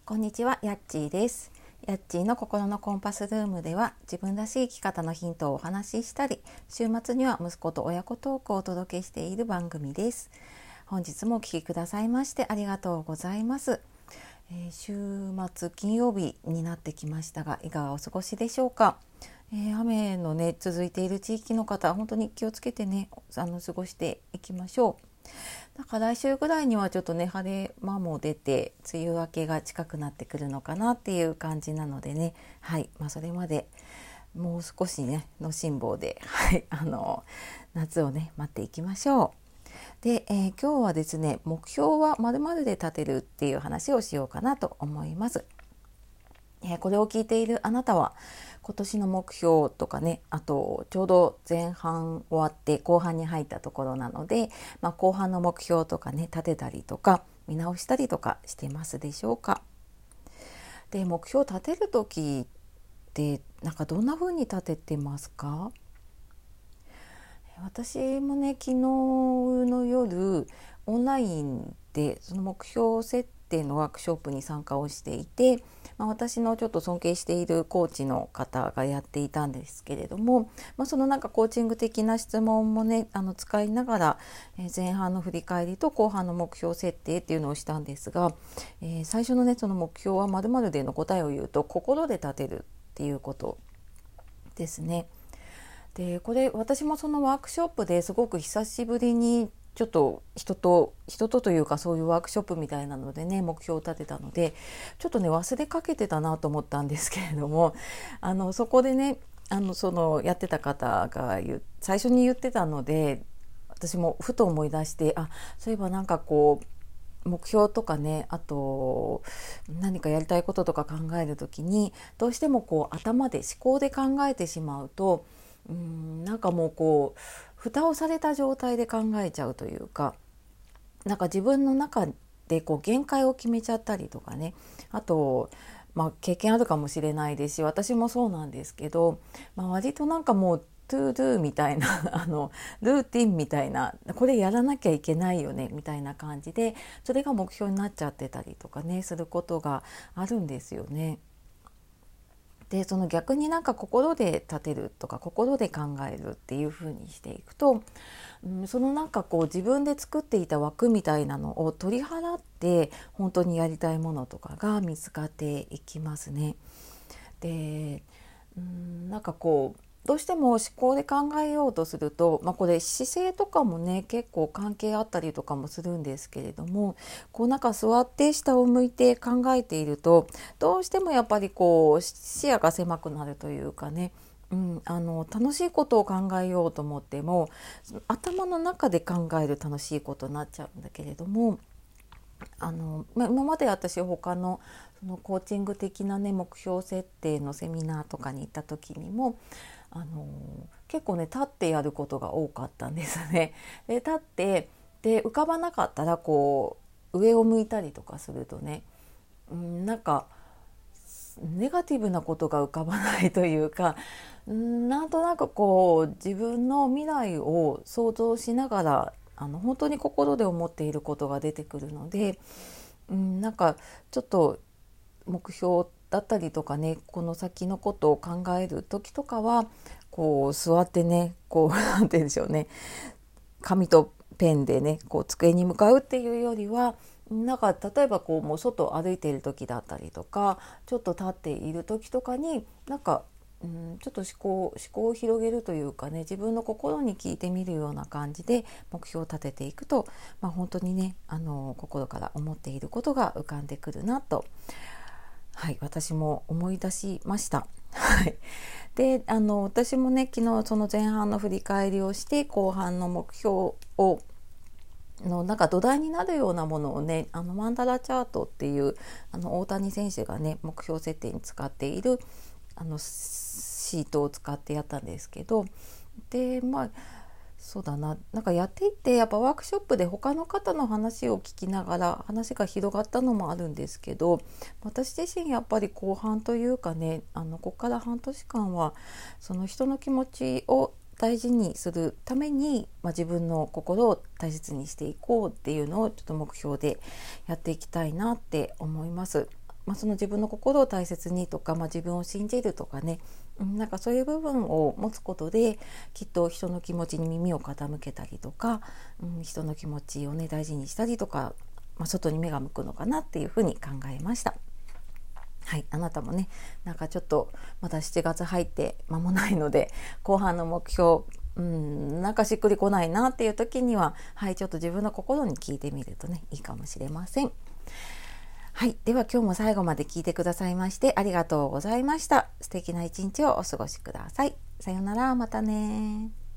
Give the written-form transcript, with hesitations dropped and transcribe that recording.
こんにちは、やっちーです。やっちーの心のコンパスルームでは、自分らしい生き方のヒントをお話ししたり、週末には息子と親子トークをお届けしている番組です。本日もお聞きくださいましてありがとうございます。週末金曜日になってきましたが、いかがお過ごしでしょうか。雨のね続いている地域の方、本当に気をつけてね過ごしていきましょう。だから来週ぐらいにはちょっとね晴れ間も出て梅雨明けが近くなってくるのかなっていう感じなのでね、はい、それまでもう少しねの辛抱で、はい、夏をね待っていきましょう。で、今日はですね、目標は〇〇で立てるっていう話をしようかなと思います。これを聞いているあなたは今年の目標とかね、あとちょうど前半終わって後半に入ったところなので、後半の目標とかね立てたりとか見直したりとかしてますでしょうか。で、目標を立てる時ってどんな風に立ててますか？私もね、昨日の夜オンラインでその目標設定のワークショップに参加をしていて、私のちょっと尊敬しているコーチの方がやっていたんですけれども、そのコーチング的な質問もね使いながら、前半の振り返りと後半の目標設定っていうのをしたんですが、最初のねその目標は〇〇での答えを言うと心で立てるっていうことですね。で、これ私もそのワークショップですごく久しぶりにちょっと人とというか、そういうワークショップみたいなのでね目標を立てたので、ちょっとね忘れかけてたなと思ったんですけれども、そこでねそのやってた方が最初に言ってたので、私もふと思い出して、そういえば目標とかね、あと何かやりたいこととか考えるときにどうしても頭で思考で考えてしまうと、もう蓋をされた状態で考えちゃうというか、自分の中で限界を決めちゃったりとかね、あと、経験あるかもしれないですし、私もそうなんですけど、割ともうトゥードゥみたいなルーティンみたいな、これやらなきゃいけないよねみたいな感じで、それが目標になっちゃってたりとかねすることがあるんですよね。で、その逆に心で立てるとか心で考えるっていう風にしていくと、その自分で作っていた枠みたいなのを取り払って本当にやりたいものとかが見つかっていきますね。で、どうしても思考で考えようとすると、これ姿勢とかもね結構関係あったりとかもするんですけれども、座って下を向いて考えていると、どうしてもやっぱり視野が狭くなるというかね、楽しいことを考えようと思っても頭の中で考える楽しいことになっちゃうんだけれども、今まで私他のそのコーチング的なね目標設定のセミナーとかに行った時にも結構ね立ってやることが多かったんですね。で、立って浮かばなかったら上を向いたりとかするとね、ネガティブなことが浮かばないというか、なんとなく自分の未来を想像しながら本当に心で思っていることが出てくるので、ちょっと目標だったりとかね、この先のことを考える時とかは座ってねなんて言うんでしょうね、紙とペンでね机に向かうっていうよりは、例えばもう外を歩いている時だったりとか、ちょっと立っている時とかにちょっと思考を広げるというかね、自分の心に聞いてみるような感じで目標を立てていくと、本当にね心から思っていることが浮かんでくるなと、はい、私も思い出しました。はい、で、私もね昨日その前半の振り返りをして後半の目標を土台になるようなものをねマンダラチャートっていう大谷選手がね目標設定に使っているシートを使ってやったんですけど、でそうだな、やっていってやっぱワークショップで他の方の話を聞きながら話が広がったのもあるんですけど、私自身やっぱり後半というかねここから半年間はその人の気持ちを大事にするために、自分の心を大切にしていこうっていうのをちょっと目標でやっていきたいなって思います。 その自分の心を大切にとか、自分を信じるとかね、なんかそういう部分を持つことできっと人の気持ちに耳を傾けたりとか、人の気持ちをね大事にしたりとか、外に目が向くのかなっていうふうに考えました。はい、あなたもね、なんかちょっとまだ7月入って間もないので、後半の目標なんかしっくりこないなっていう時には、ちょっと自分の心に聞いてみるとねいいかもしれません。はい、では今日も最後まで聞いてくださいましてありがとうございました。素敵な一日をお過ごしください。さようなら、またね。